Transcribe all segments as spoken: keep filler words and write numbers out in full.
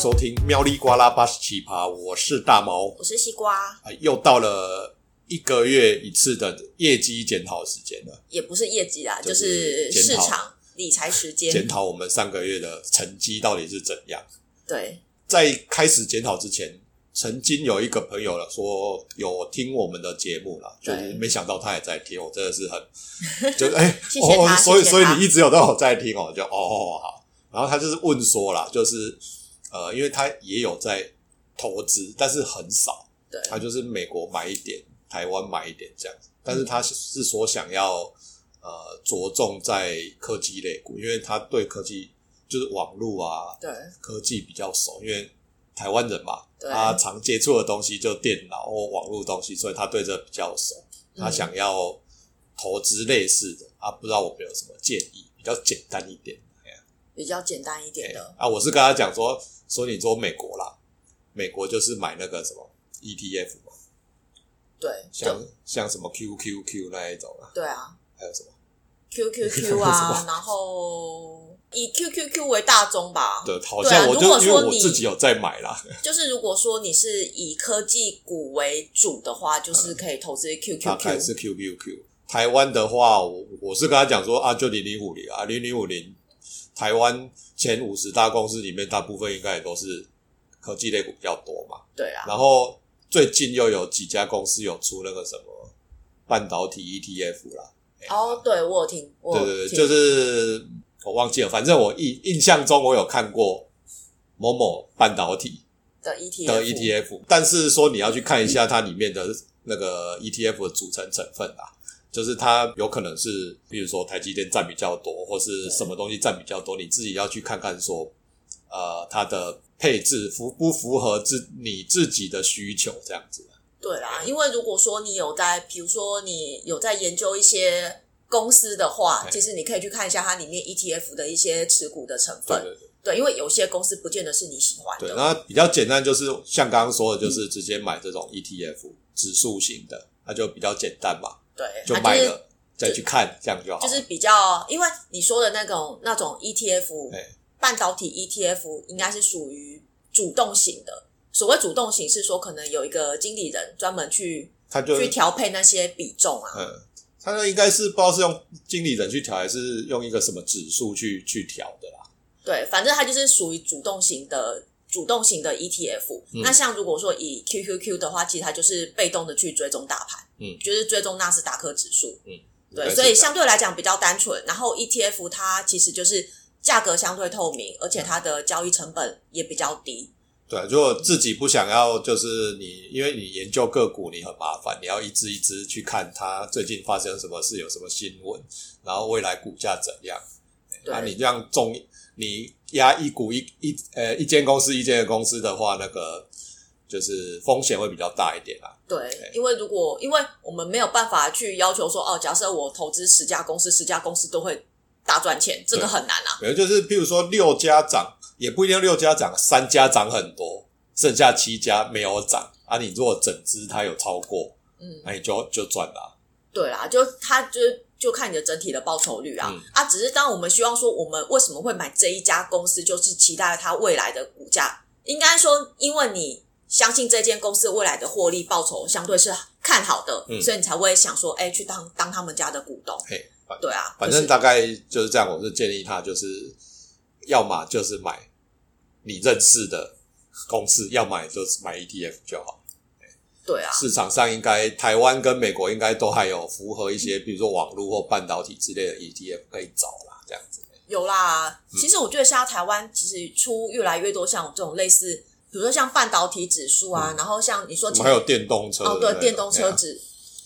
收听喵哩呱啦八十七趴，我是大毛， 我是西瓜、 啊、又到了一个月一次的业绩检讨时间了， 也不是业绩啦， 就就是是市场理财时间， 检讨我们上个月的成绩到底是怎样。 对， 在开始检讨之前，曾经有一个朋友了说有听我们的节目啦，就是没想到他也在听，我真的是很就是哎、 谢谢他、 哦、所以谢谢他所以你一直有都有在听哦，就哦好，然后他就是问说啦，就是呃，因为他也有在投资，但是很少， 对， 他就是美国买一点，台湾买一点这样子，但是他是说想要呃着重在科技类股，因为他对科技就是网络啊，对，科技比较熟，因为台湾人嘛，他常接触的东西就电脑或网络东西，所以他对这比较熟，他想要投资类似的、嗯、啊，不知道我们有什么建议，比较简单一点， 比较简单一点的啊，我是跟他讲说说你说美国啦，美国就是买那个什么 E T F 嘛， 对， 像像什么 Q Q Q 那一种啊， 对啊， 还有什么 Q Q Q 啊，然后以 Q Q Q 为大宗吧， 对，好像我就、啊、因为我自己有在买啦， 就是如果说你是以科技股为主的话，就是可以投资 Q Q Q， 大概是 Q Q Q。台湾的话，我我是跟他讲说啊，就零零五零啊，零零五零。台湾前五十大公司里面，大部分应该也都是科技类股比较多嘛。 对啊。 然后最近又有几家公司有出那个什么半导体 E T F 啦。 哦，对，我有听。我有听对对对，就是我忘记了，反正我印印象中我有看过某某半导体的 E T F 的 E T F， 但是说你要去看一下它里面的那个 E T F 的组成成分啦。就是它有可能是比如说台积电占比较多，或是什么东西占比较多，你自己要去看看说呃它的配置符不符合自你自己的需求这样子。 对啦，因为如果说你有在比如说你有在研究一些公司的话，其实你可以去看一下它里面 E T F 的一些持股的成分。对对对，对，因为有些公司不见得是你喜欢的。 对，那比较简单就是像刚刚说的，就是直接买这种 E T F 指数型的，那就比较简单嘛。 对， 就买了、就是、再去看，这样就好。 就是比较，因为你说的那种那种 E T F， 半导体 E T F 应该是属于主动型的。所谓主动型是说，可能有一个经理人专门去他就去调配那些比重啊。 嗯，他那应该是不知道是用经理人去调，还是用一个什么指数去去调的啦。 对，反正它就是属于主动型的。主动型的 E T F、嗯、那像如果说以 Q Q Q 的话，其实它就是被动的去追踪大盘，嗯，就是追踪纳斯达克指数，嗯，对，所以相对来讲比较单纯。然后 E T F 它其实就是价格相对透明，而且它的交易成本也比较低。 对，如果自己不想要，就是你因为你研究个股你很麻烦，你要一只一只去看它最近发生什么事，有什么新闻，然后未来股价怎样，那、啊、你这样中你压一股一一呃一间公司一间公司的话，那个就是风险会比较大一点啦。 对，因为如果因为我们没有办法去要求说哦，假设我投资十家公司，十家公司都会大赚钱，这个很难啊。 对，就是譬如说六家涨，也不一定六家涨，三家涨很多，剩下七家没有涨啊。你如果整支它有超过，嗯，那你就就赚了、啊。 对啦，就它就。就看你的整体的报酬率啊、嗯、啊！只是当我们希望说，我们为什么会买这一家公司，就是期待它未来的股价。应该说，因为你相信这间公司未来的获利报酬相对是看好的，嗯、所以你才会想说，哎、欸，去当当他们家的股东。 嘿， 对啊， 反正大概就是这样。我是建议他，就是要么就是买你认识的公司，要么就是买 E T F 就好。 对啊， 市场上应该台湾跟美国应该都还有符合一些比如说網絡或半導體之類的 E T F 可以找啦，這樣子。 有啦、嗯、其實我覺得現在台灣其實出越來越多像這種類似比如說像半導體指數啊、嗯、然後像你說還有電動車哦對電動車指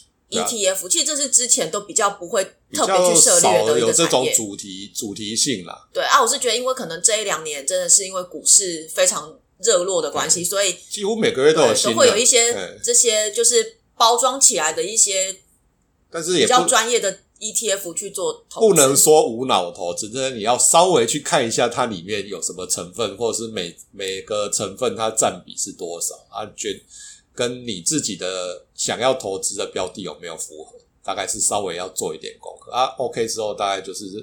E T F、啊、其實這是之前都比較不會特別去涉獵的一個產業，比較少有這種主題主題性啦。對啊，我是覺得因為可能這一兩年真的是因為股市非常熱絡的關係、嗯、所以幾乎每個月都有新的， 都會有一些這些就是包裝起來的一些但是也比較專業的 E T F 去做投資， 不能說無腦投資，真的你要稍微去看一下它裡面有什麼成分，或者是每每個成分它佔比是多少啊，覺跟你自己的想要投資的標的有沒有符合，大概是稍微要做一點功課啊。OK 之後大概就是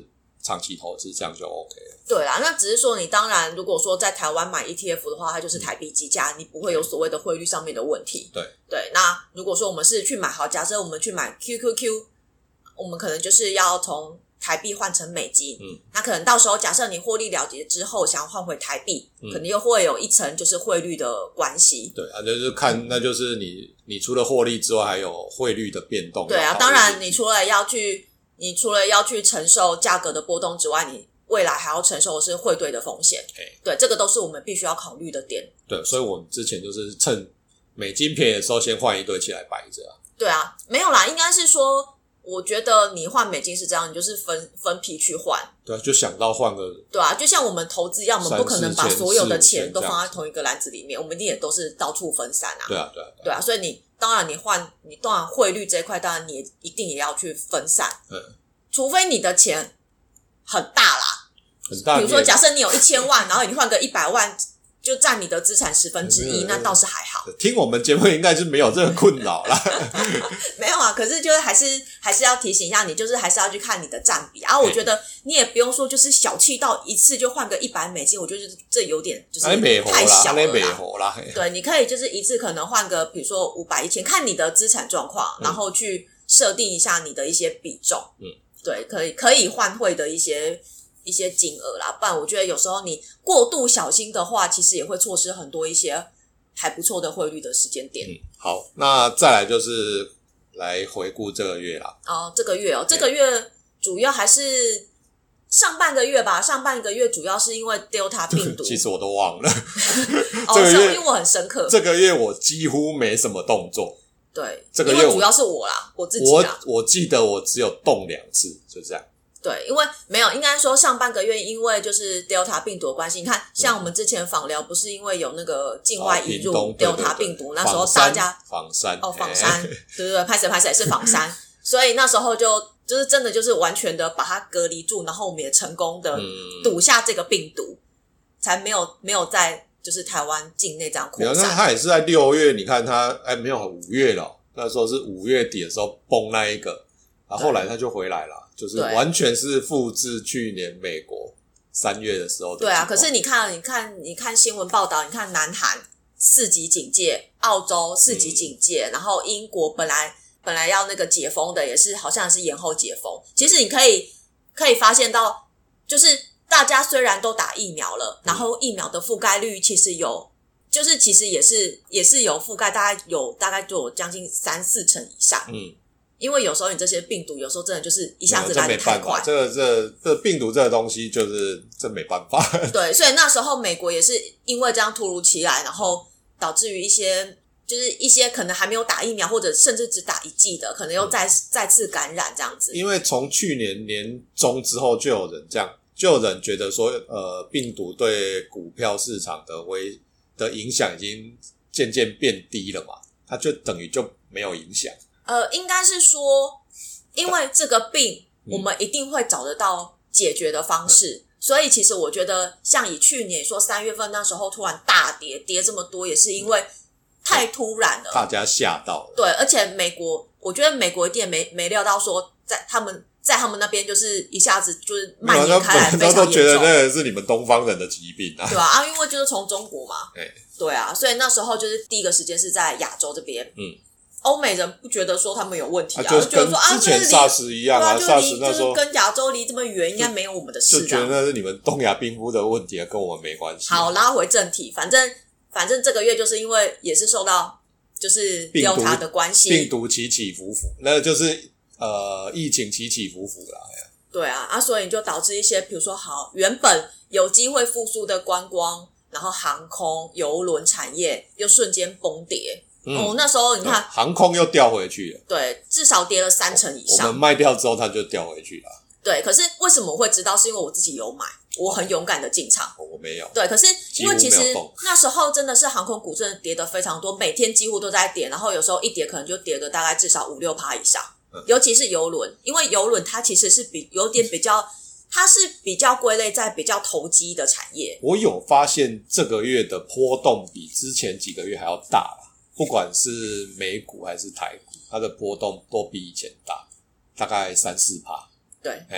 长期投资，这样就 OK 了。 对啦，那只是说你当然如果说在台湾买 E T F 的话，它就是台币计价，你不会有所谓的汇率上面的问题。 对对，那如果说我们是去买，好，假设我们去买 Q Q Q， 我们可能就是要从台币换成美金，嗯，那可能到时候假设你获利了结之后想要换回台币，嗯，可能又会有一层就是汇率的关系。 对啊，就是看，那就是你你除了获利之外，还有汇率的变动。 对啊，当然你除了要去你除了要去承受价格的波动之外，你未来还要承受的是汇兑的风险。对，这个都是我们必须要考虑的点。 对，所以我们之前就是趁美金便宜的时候先换一堆起来摆着啊。 对啊，没有啦，应该是说我觉得你换美金是这样，你就是分分批去换。 对啊，就想到换个。 对啊，就像我们投资一样，我们不可能把所有的钱都放在同一个篮子里面，我们一定也都是到处分散啊。 对啊，对啊， 对啊，所以你当然你换，你当然汇率这一块，当然你也一定也要去分散。嗯，除非你的钱很大啦， 很大。 比如说，假设你有一千万，然后你换个一百万。就占你的资产十分之一，那倒是还好。 听我们节目应该是没有这个困扰啦。 没有啊，可是就是还是还是要提醒一下你，就是还是要去看你的占比。然后我觉得你也不用说就是小气到一次就换个一百美金，我觉得这有点就是太小了啦。对，你可以就是一次可能换个比如说五百、一千，看你的资产状况，然后去设定一下你的一些比重。嗯，对，可以可以换汇的一些。一些金额啦，不然我觉得有时候你过度小心的话，其实也会错失很多一些还不错的汇率的时间点。嗯， 好，那再来就是来回顾这个月啦。 哦，这个月哦，这个月主要还是上半个月吧，上半个月主要是因为 Delta 病毒。 其实我都忘了。 哦，是因为我很深刻。 这个月我几乎没什么动作。 对， 这个月因为主要是我啦，我自己啦。 我我记得我只有动两次，就这样。 对，因为没有，应该说上半个月因为就是 Delta 病毒的关系，你看像我们之前访聊不是因为有那个境外引入 Delta 病毒，那时候大家访山哦访山，对对对，拍谁拍谁是访山，所以那时候就就是真的就是完全的把它隔离住，然后我们也成功的堵下这个病毒，才没有没有在就是台湾境内这样扩散。 那他也是在六月，你看他哎没有五月了，那时候是五月底的时候崩那一个，然后后来他就回来了。就是完全是复制去年美国三月的时候的。 对啊，可是你看，你看，你看新闻报道，你看南韩四级警戒，澳洲四级警戒，嗯、然后英国本来本来要那个解封的，也是好像是延后解封。其实你可以可以发现到，就是大家虽然都打疫苗了，然后疫苗的覆盖率其实有，就是其实也是也是有覆盖，大概有大概就有将近三四成以上。嗯。因为有时候你这些病毒有时候真的就是一下子来得太快， 这个这这病毒这个东西就是这没办法。 对，所以那时候美国也是因为这样突如其来，然后导致于一些就是一些可能还没有打疫苗或者甚至只打一剂的，可能又再、嗯、再次感染这样子。 因为从去年年中之后就有人这样，就有人觉得说，呃，病毒对股票市场的危的影响已经渐渐变低了嘛，它就等于就没有影响。 呃，应该是说，因为这个病，我们一定会找得到解决的方式，嗯、所以其实我觉得，像以去年说三月份那时候突然大跌，跌这么多，也是因为太突然了， 大家吓到了。 对，而且美国，我觉得美国一定也没没料到说，在他们在他们那边就是一下子就是蔓延开来，非常严重。 都觉得那个是你们东方人的疾病啊， 对吧？啊，因为就是从中国嘛，欸、对啊，所以那时候就是第一个时间是在亚洲这边，嗯。欧美人不觉得说他们有问题啊， 啊就觉得说啊， 之前 SARS 一样啊， 就离就是跟亚洲离这么远，应该没有我们的事、啊， 就觉得那是你们东亚病夫的问题，跟我们没关系、啊。 好，拉回正题，反正反正这个月就是因为也是受到就是 Delta 的关系， 病毒起起伏伏，那就是呃疫情起起伏伏啦。 对啊，啊，所以就导致一些比如说好原本有机会复苏的观光，然后航空、邮轮产业又瞬间崩跌。嗯、哦，那时候你看， 航空又掉回去了， 对，至少跌了三成以上。 我们卖掉之后，它就掉回去了。 对，可是为什么我会知道？是因为我自己有买，我很勇敢的进场。 我没有。对， 可是因为其实那时候真的是航空股真的跌得非常多，每天几乎都在跌，然后有时候一跌可能就跌个大概至少五六趴以上。嗯、尤其是邮轮，因为邮轮它其实是比有点比较，它是比较归类在比较投机的产业。 我有发现这个月的波动比之前几个月还要大啦。不管是美股还是台股，它的波动都比以前大，大概三四趴。 对， 哎，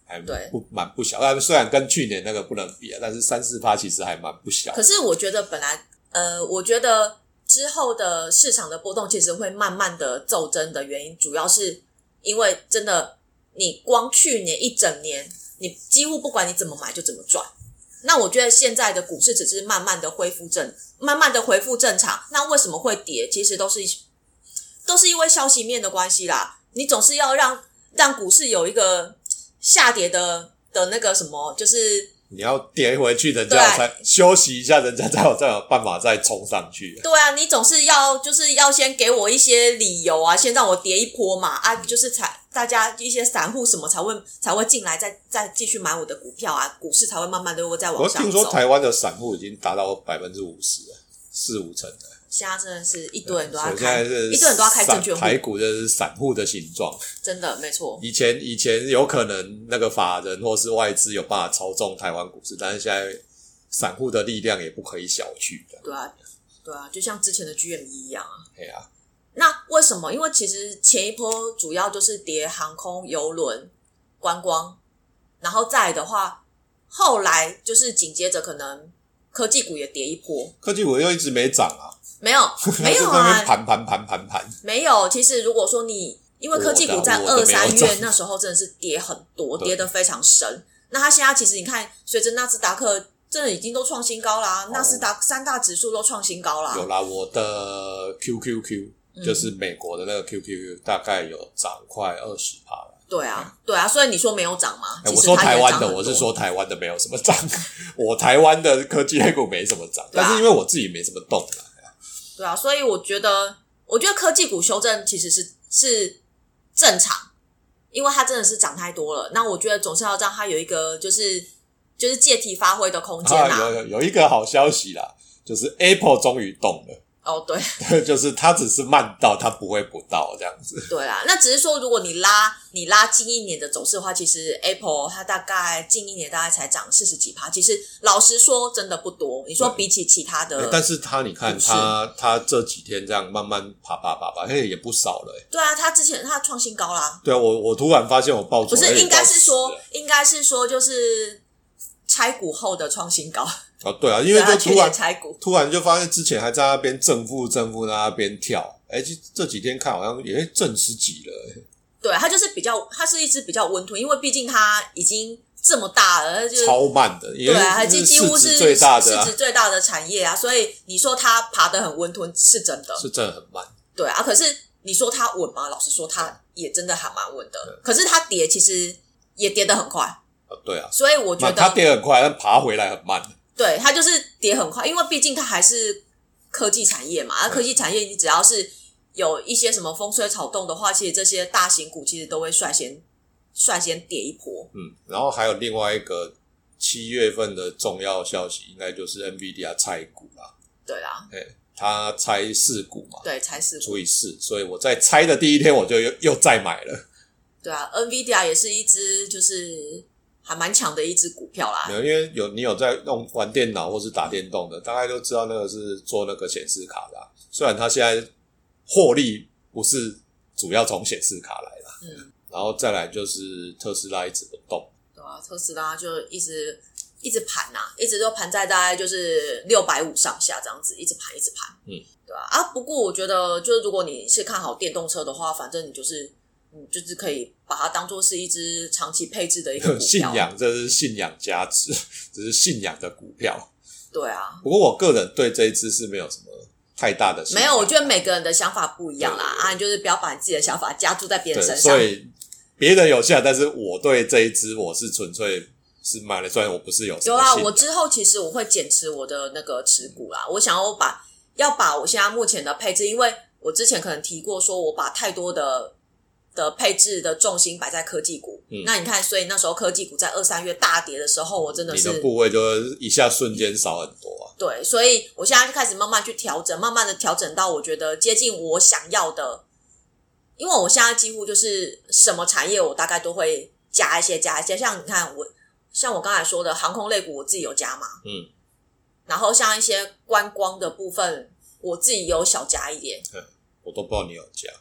还不蛮不小。但虽然跟去年那个不能比啊，但是三四趴其实还蛮不小。 可是我觉得本来呃，我觉得之后的市场的波动其实会慢慢的骤增的原因，主要是因为真的你光去年一整年，你几乎不管你怎么买就怎么赚。那我觉得现在的股市只是慢慢的恢复正，慢慢的恢复正常。那为什么会跌？其实都是都是因为消息面的关系啦。你总是要让让股市有一个下跌的的那个什么，就是你要跌回去，人家才休息一下，人家才有再有办法再冲上去。 对啊，你总是要就是要先给我一些理由啊，先让我跌一波嘛啊，就是才大家一些散户什么才会才会进来，再再继续买我的股票啊，股市才会慢慢的会再往上走。 我听说台湾的散户已经达到百分之五十了，四五成的。 现在真的是一堆人都要开，一堆人都要开证券户。 台股就是散户的形状， 真的没错。 以前以前有可能那个法人或是外资有办法操纵台湾股市，但是现在散户的力量也不可以小觑的。 对啊，对啊，就像之前的 G M E 一样啊。 对啊。 那为什么？因为其实前一波主要就是跌航空、邮轮、观光，然后再来的话，后来就是紧接着可能科技股也跌一波。 科技股又一直没涨啊。 没有，没有啊， 盘盘盘盘盘， 没有。其实如果说你，因为科技股在二三月那时候真的是跌很多，跌得非常深。那它现在其实你看，随着纳斯达克真的已经都创新高啦，哦、纳斯达三大指数都创新高啦。 有啦，我的 Q Q Q、嗯、就是美国的那个 Q Q Q 大概有涨快二十趴了。 对啊，对啊，所以你说没有涨吗？ 欸、我说台湾的，我是说台湾的没有什么涨，我台湾的科技类股没什么涨，啊、但是因为我自己没什么动啦。 对啊，所以我觉得，我觉得科技股修正其实是是正常，因为它真的是涨太多了。那我觉得总是要让它有一个就是就是借题发挥的空间啦、啊。 有有有一个好消息啦，就是 Apple 终于动了。 哦，对， 就是它只是慢到，它不会不到这样子。 对啦，那只是说，如果你拉你拉近一年的走势的话，其实 Apple 它大概近一年大概才涨四十几趴，其实老实说真的不多。你说比起其他的， 欸、但是它你看它它这几天这样慢慢爬爬爬爬，嘿也不少了、欸。 对啊，它之前它创新高啦。 对啊，我我突然发现我报错， 不是应该是说应该是说就是拆股后的创新高。 哦，对啊，因为就突然突然就发现之前还在那边正负正负在那边跳，哎，这几天看好像也正十几了。 对，它就是比较，它是一只比较温吞，因为毕竟它已经这么大了，就是超慢的， 对啊，还几几乎是市值最大的、 啊、市值最大的产业啊，所以你说它爬得很温吞是真的， 是真的很慢。 对啊，可是你说它稳吗？老实说，它也真的还蛮稳的。可是它跌其实也跌得很快。 啊，对啊， 所以我觉得它跌得很快，但爬回来很慢。 对，它就是跌很快，因为毕竟它还是科技产业嘛。而科技产业，你只要是有一些什么风吹草动的话，其实这些大型股其实都会率先率先跌一波。 嗯，然后还有另外一个七月份的重要消息，应该就是 Nvidia 拆股啦。 对啦， 哎，它拆四股嘛， 对，拆四股除以四，所以我在拆的第一天我就又又再买了。 对啊 ，Nvidia 也是一只就是还蛮强的一只股票啦。 没有，因为有你有在用玩电脑或是打电动的，大概都知道那个是做那个显示卡的、啊。虽然它现在获利不是主要从显示卡来啦，嗯，然后再来就是特斯拉一直不动。 对啊，特斯拉就一直一直盘呐、啊，一直都盘在大概就是六百五上下这样子，一直盘一直盘。嗯，对啊。啊，不过我觉得就是如果你是看好电动车的话，反正你就是嗯，就是可以把它当作是一只长期配置的一个股票。 信仰，这是信仰价值，这是信仰的股票。 对啊。 不过我个人对这一支是没有什么太大的信仰。 没有，我觉得每个人的想法不一样啦。啊，你就是不要把你自己的想法加注在别人身上。 所以别人有信仰，但是我对这一支我是纯粹是买了，虽然我不是有什么有啦，我之后其实我会减持我的那个持股啦。我想要把要把我现在目前的配置，因为我之前可能提过说我把太多的的配置的重心摆在科技股、嗯、那你看，所以那时候科技股在二三月大跌的时候，我真的是你的部位就一下瞬间少很多啊。 对，所以我现在就开始慢慢去调整，慢慢的调整到我觉得接近我想要的，因为我现在几乎就是什么产业我大概都会加一些加一些，像你看我像我刚才说的航空类股我自己有加嘛，嗯，然后像一些观光的部分我自己有小加一点， 嗯，我都不知道你有加。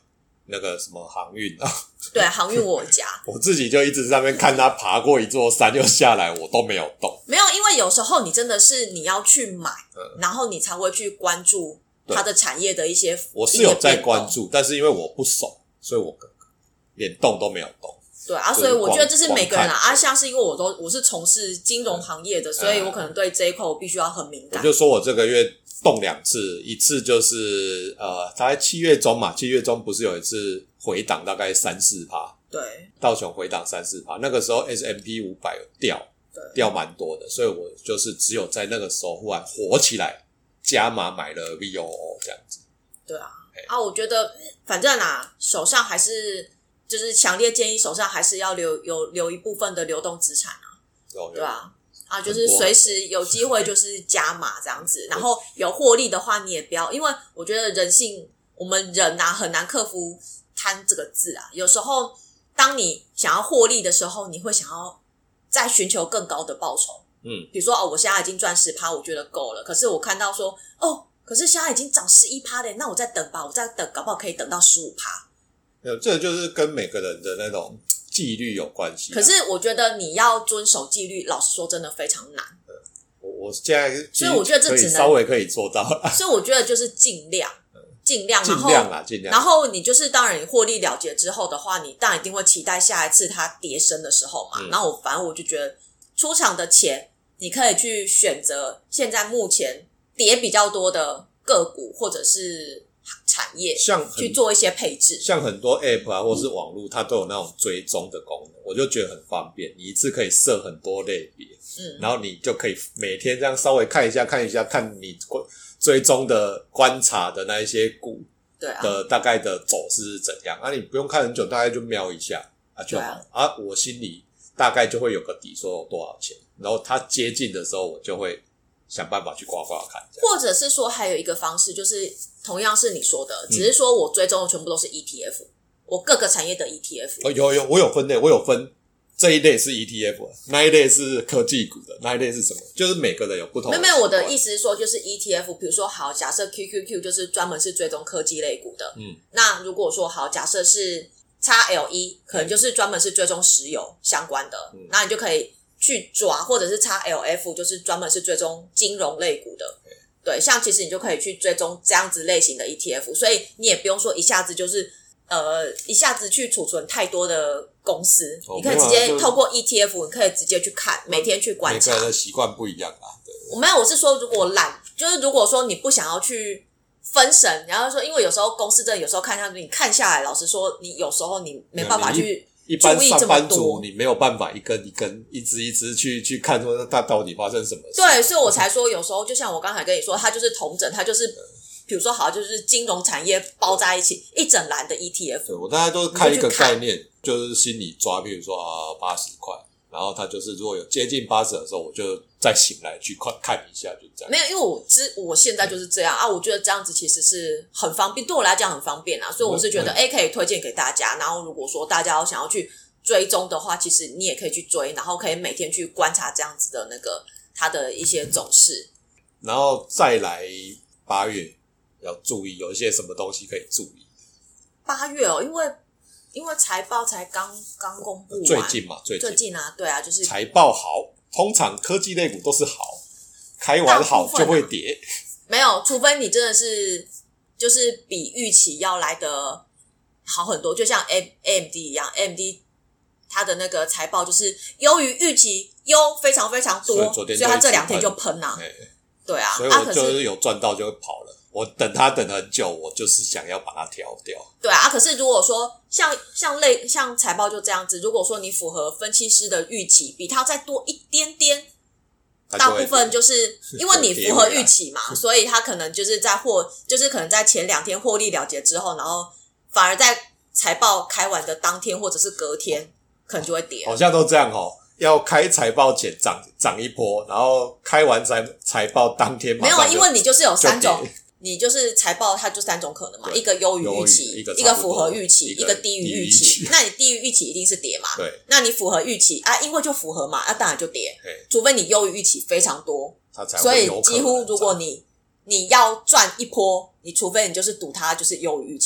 那个什么航运啊， 对，航运我家， 我自己就一直在那边看他爬过一座山又下来，我都没有动。 没有，因为有时候你真的是你要去买，嗯、然后你才会去关注它的产业的一些， 我是有在关注，但是因为我不熟，所以我连动都没有动。 对啊，所以我觉得这是每个人啊，啊，像是因为我都我是从事金融行业的，所以我可能对这一块我必须要很敏感。 我就说我这个月动两次，一次就是呃，大概七月中嘛，七月中不是有一次回档大概三四趴， 对， 道琼回档三四趴，那个时候 S and P 五百有掉，掉蛮多的，所以我就是只有在那个时候忽然火起来，加码买了 V O O 这样子。对啊，啊，我觉得反正啊，手上还是就是强烈建议手上还是要留有留一部分的流动资产啊，有对吧？啊，就是随时有机会就是加码这样子，然后有获利的话你也不要，因为我觉得人性，我们人啊很难克服贪这个字啊。有时候当你想要获利的时候，你会想要再寻求更高的报酬。嗯，比如说哦，我现在已经赚 百分之十 我觉得够了，可是我看到说哦，可是现在已经涨 百分之十一 嘞，那我再等吧，我再等，搞不好可以等到 百分之十五。 没有，这个就是跟每个人的那种纪律有关系、啊。 可是我觉得你要遵守纪律，老实说真的非常难。 我我现在所以我觉得这只能稍微可以做到。 所以我觉得就是尽量，尽量， 尽量啊，尽量。 然后你就是当然你获利了结之后的话，你当然一定会期待下一次它跌升的时候嘛。嗯、然后我反正我就觉得出场的钱，你可以去选择现在目前跌比较多的个股或者是产业，像去做一些配置， 像很多 App 啊，或是网络，它都有那种追踪的功能，我就觉得很方便。你一次可以设很多类别，嗯，然后你就可以每天这样稍微看一下，看一下，看你追踪的观察的那一些股，对啊的大概的走势是怎样啊？你不用看很久，大概就瞄一下啊就好啊, 啊。我心里大概就会有个底，说有多少钱，然后它接近的时候，我就会想办法去刮刮看。 或者是说，还有一个方式就是。同样是你说的，只是说我追踪的全部都是 E T F，、嗯、我各个产业的 E T F。哦， 有有，我有分类，我有分这一类是 E T F， 那一类是科技股的，那一类是什么？就是每个人有不同的。 没有，我的意思是说，就是 E T F， 比如说好，假设 Q Q Q 就是专门是追踪科技类股的，嗯，那如果说好，假设是 X L E， 可能就是专门是追踪石油相关的，嗯、那你就可以去抓，或者是 X L F 就是专门是追踪金融类股的。对，像其实你就可以去追踪这样子类型的 E T F， 所以你也不用说一下子就是呃一下子去储存太多的公司，哦、你可以直接透过 E T F， 你可以直接去看，每天去观察。 每个人的习惯不一样啊。对， 我没有，我是说如果懒，就是如果说你不想要去分神，然后说因为有时候公司真的有时候看下去，你看下来，老实说，你有时候你没办法去。 一般上班族你没有办法一根一根一支一支去去看说它到底发生什么事。 对，所以我才说有时候就像我刚才跟你说，它就是统整，它就是比如说好就是金融产业包在一起一整篮的 E T F。 对，我大概都是看一个概念，就是心里抓，比如说啊八十块，然后它就是如果有接近八十的时候，我就再醒来去看看一下，就这样。 没有，因为我知我现在就是这样啊，我觉得这样子其实是很方便，对我来讲很方便啊，所以我是觉得哎、嗯、可以推荐给大家。然后如果说大家要想要去追踪的话，其实你也可以去追，然后可以每天去观察这样子的那个它的一些走势。 然后再来八月要注意有一些什么东西可以注意。 八月哦，因为因为财报才刚刚公布完， 最近嘛，最近最近啊，对啊，就是财报好，通常科技类股都是好，开完好就会跌。 没有，除非你真的是就是比预期要来的好很多，就像 A M D 一样 ，A M D 它的那个财报就是优于预期，优非常非常多，所以它这两天就喷啊。对啊， 所以我就是有赚到就会跑了。我等它等很久，我就是想要把它调掉。 对啊，可是如果说像像类像财报就这样子，如果说你符合分析师的预期，比它再多一点点，大部分就是因为你符合预期嘛，所以它可能就是在获，就是可能在前两天获利了结之后，然后反而在财报开完的当天或者是隔天，可能就会跌。 好像都这样哦。要开财报前涨涨一波，然后开完财财报当天马上就没有，因为你就是有三种，你就是财报它就三种可能嘛，一个优于预期，一个, 一个符合预期，一个低于预期。那你低于预期一定是跌嘛？对。那你符合预期啊，因为就符合嘛，那、啊、当然就跌。除非你优于预期非常多，它才会有可能。所以几乎如果你你要赚一波，你除非你就是赌它就是优于预期，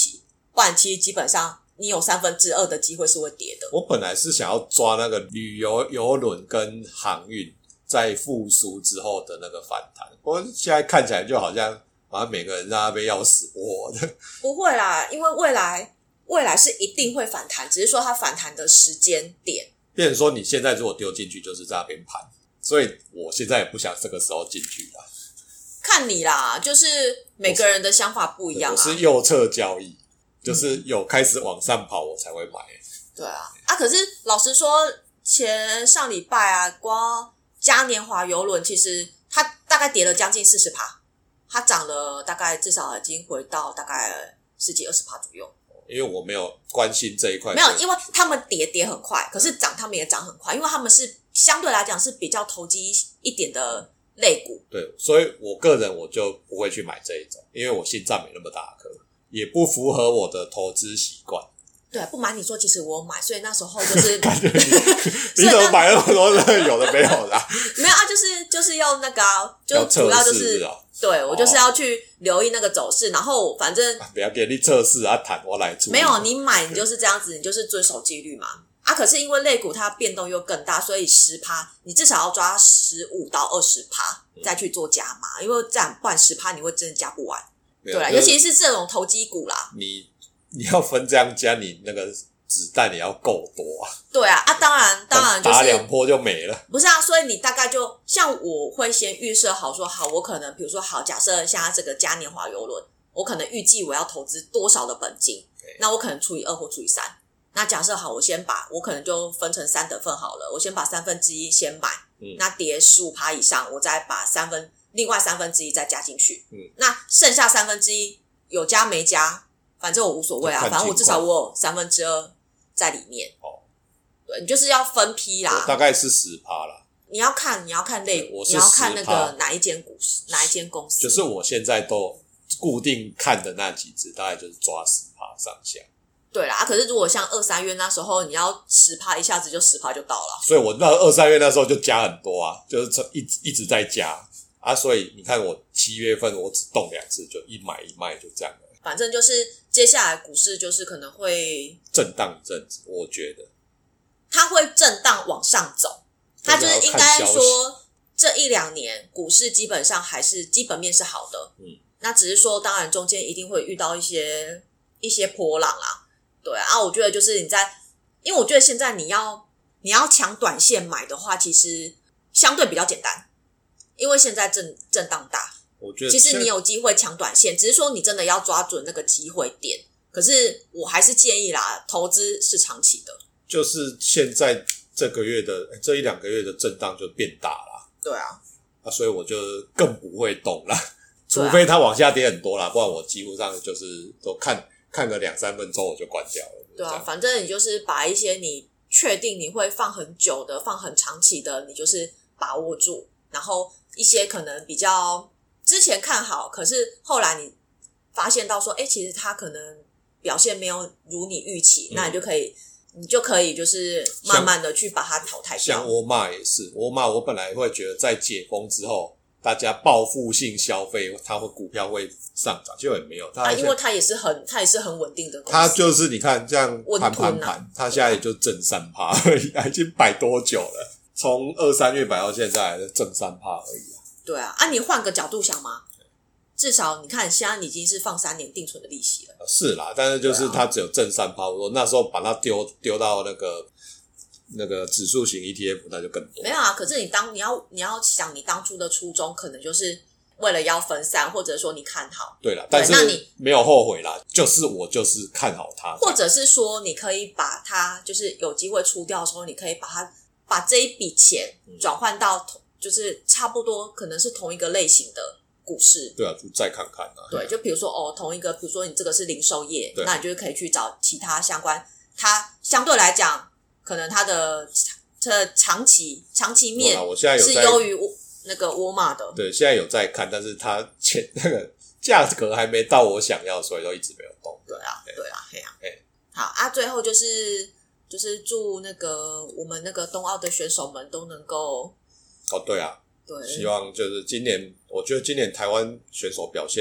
不然其实基本上你有三分之二的机会是会跌的。 我本来是想要抓那个旅游邮轮跟航运在复苏之后的那个反弹，不过现在看起来就好像好像每个人在那边要死不活的。 不会啦，因为未来未来是一定会反弹，只是说它反弹的时间点。 变成说你现在如果丢进去就是在那边盘，所以我现在也不想这个时候进去啦。 看你啦，就是每个人的想法不一样啊。 我是右侧交易，就是有开始往上跑我才会买。 对啊，啊，可是老实说，前上礼拜啊，光嘉年华邮轮其实它大概跌了将近 百分之四十， 它涨了大概至少已经回到大概十几 百分之二十 左右。 因为我没有关心这一块， 没有，因为他们跌跌很快，可是涨他们也涨很快，因为他们是相对来讲是比较投机一点的类股。 对，所以我个人我就不会去买这一种，因为我心脏没那么大颗，也不符合我的投资习惯。 对，不瞒你说，其实我有买，所以那时候就是你怎么买那么多有的没有的、啊？ 没有啊，就是就是要那个、啊，就主要就是， 是哦、 对我就是要去留意那个走势，然后反正、 啊、不要给你测试啊，谈我来出。 没有，你买你就是这样子，你就是遵守纪律嘛。啊，可是因为类股它变动又更大，所以 百分之十 你至少要抓十五到二十趴再去做加码，因为这样不然 百分之十 你会真的加不完。对啦，尤其是这种投机股啦， 你你要分这样加，你那个子弹也要够多啊。对啊，啊，当然当然就是打两波就没了。 不是啊，所以你大概就像我会先预设好说，好，我可能比如说好，假设像这个嘉年华邮轮，我可能预计我要投资多少的本金，那我可能除以二或除以三。那假设好，我先把我可能就分成三等份好了，我先把三分之一先买，嗯，那跌 百分之十五 以上，我再把三分另外三分之一再加进去，嗯，那剩下三分之一有加没加，反正我无所谓啊，反正我至少我有三分之二在里面。哦，对，你就是要分批啦， 大概是 百分之十 啦。 你要看你要看类股，你要看那个哪一间股市哪一间公司。 就是我现在都固定看的那几只，大概就是抓 百分之十 上下。 对啦，可是如果像二三月那时候，你要 百分之十 一下子就 百分之十 就到了。 所以我那二三月那时候就加很多啊，就是一直一直在加啊。所以你看我七月份我只动两次，就一买一卖就这样了。 反正就是接下来股市就是可能会震荡一阵子，我觉得它会震荡往上走。它就是应该说这一两年股市基本上还是基本面是好的，嗯，那只是说当然中间一定会遇到一些一些波浪啦。对啊，我觉得就是你在，因为我觉得现在你要你要抢短线买的话，其实相对比较简单，因为现在震震荡大， 我觉得其实你有机会抢短线，只是说你真的要抓准那个机会点。可是我还是建议啦，投资是长期的。 就是现在这个月的这一两个月的震荡就变大啦。 对啊， 啊，所以我就更不会动啦，除非它往下跌很多啦，不然我几乎上就是都看。看个两三分钟我就关掉了。 对啊，反正你就是把一些你确定你会放很久的、放很长期的，你就是把握住。然后一些可能比较之前看好，可是后来你发现到说，哎，其实它可能表现没有如你预期，嗯、那你就可以，你就可以就是慢慢的去把它淘汰掉。 像沃尔玛也是，沃尔玛我本来会觉得在解封之后。大家报复性消费，它会股票会上涨，结果也没有。它、 啊、因为它也是很，它也是很稳定的公司。 它就是你看这样盘盘盘，它现在也就挣三趴而已，已经摆多久了？从二三月摆到现在，挣三趴而已啊。 对啊，啊，你换个角度想嘛，至少你看现在已经是放三年定存的利息了。 是啦，但是就是它只有挣三趴。我说那时候把它丢丢到那个。那个指数型 E T F 那就更多。 没有啊，可是你当你要你要想你当初的初衷可能就是为了要分散，或者说你看好。 对啦，但是那你没有后悔啦，就是我就是看好它。 或者是说你可以把它就是有机会出掉的时候，你可以把它把这一笔钱转换到就是差不多可能是同一个类型的股市。 对啊，就再看看啊。 对，就比如说哦，同一个比如说你这个是零售业，那你就可以去找其他相关它相对来讲可能它的这长期长期面是优于那个沃尔玛的。 对，现在有在看，但是它钱那个价格还没到我想要，所以都一直没有动。 对啊，对啊，对啊。好啊，最后就是就是祝那个我们那个冬奥的选手们都能够。 哦，对啊，对，希望就是今年，我觉得今年台湾选手表现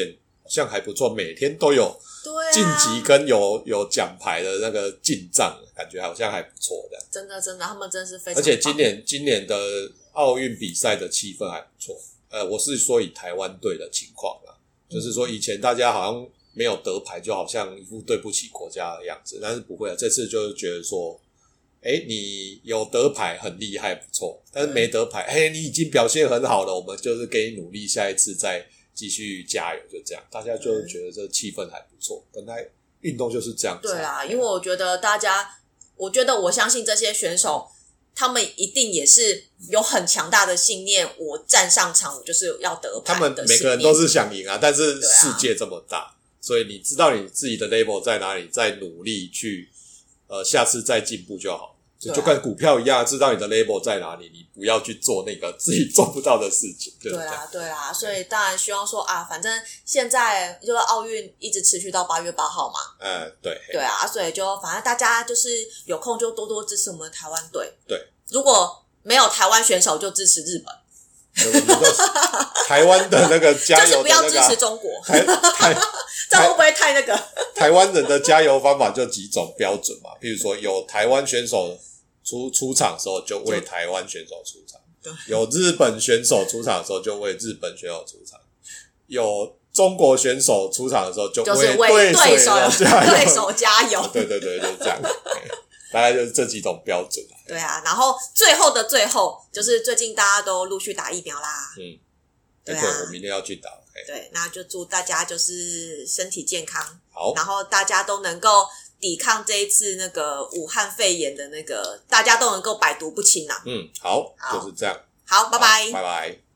像还不错，每天都有晋级跟有有奖牌的那个进账，感觉好像还不错的。 真的真的，他们真的是非常棒。 而且今年今年的奥运比赛的气氛还不错。呃，我是说以台湾队的情况啦，嗯、就是说以前大家好像没有得牌，就好像一副对不起国家的样子，但是不会啊，这次就是觉得说。诶你有得牌很厉害不错，但是没得牌诶你已经表现很好了，我们就是给你努力，下一次再继续加油，就这样，大家就觉得这气氛还不错。本来运动就是这样子。 对啦，因为我觉得大家，我觉得我相信这些选手，他们一定也是有很强大的信念，我站上场我就是要得牌的信念。 他们每个人都是想赢啊，但是世界这么大，啊、所以你知道你自己的 level 在哪里，再努力去呃，下次再进步就好。就, 就跟股票一样，知道你的 label 在哪里，你不要去做那个自己做不到的事情。对啦，对啦，所以当然希望说啊，反正现在就是奥运一直持续到八月八号嘛。 嗯，对。 对啊，所以就反正大家就是有空就多多支持我们的台湾队。 对， 如果没有台湾选手，就支持日本。 台湾的那个加油的那个，就是不要支持中国。 台台这样会不会太那个？ 台湾人的加油方法就几种标准嘛，比如说有台湾选手出出场的时候就为台湾选手出场，有日本选手出场的时候就为日本选手出场，有中国选手出场的时候就为对手加油， 对手加油。 对对对，就是这样。大概就是这几种标准。 对啊，然后最后的最后，就是最近大家都陆续打疫苗啦。 嗯，对啊，对我明天要去打。 对，那就祝大家就是身体健康， 好， 然后大家都能够抵抗这一次那个武汉肺炎的那个，大家都能够百毒不侵啊。 嗯，好，好就是这样。 好，拜拜， 拜拜。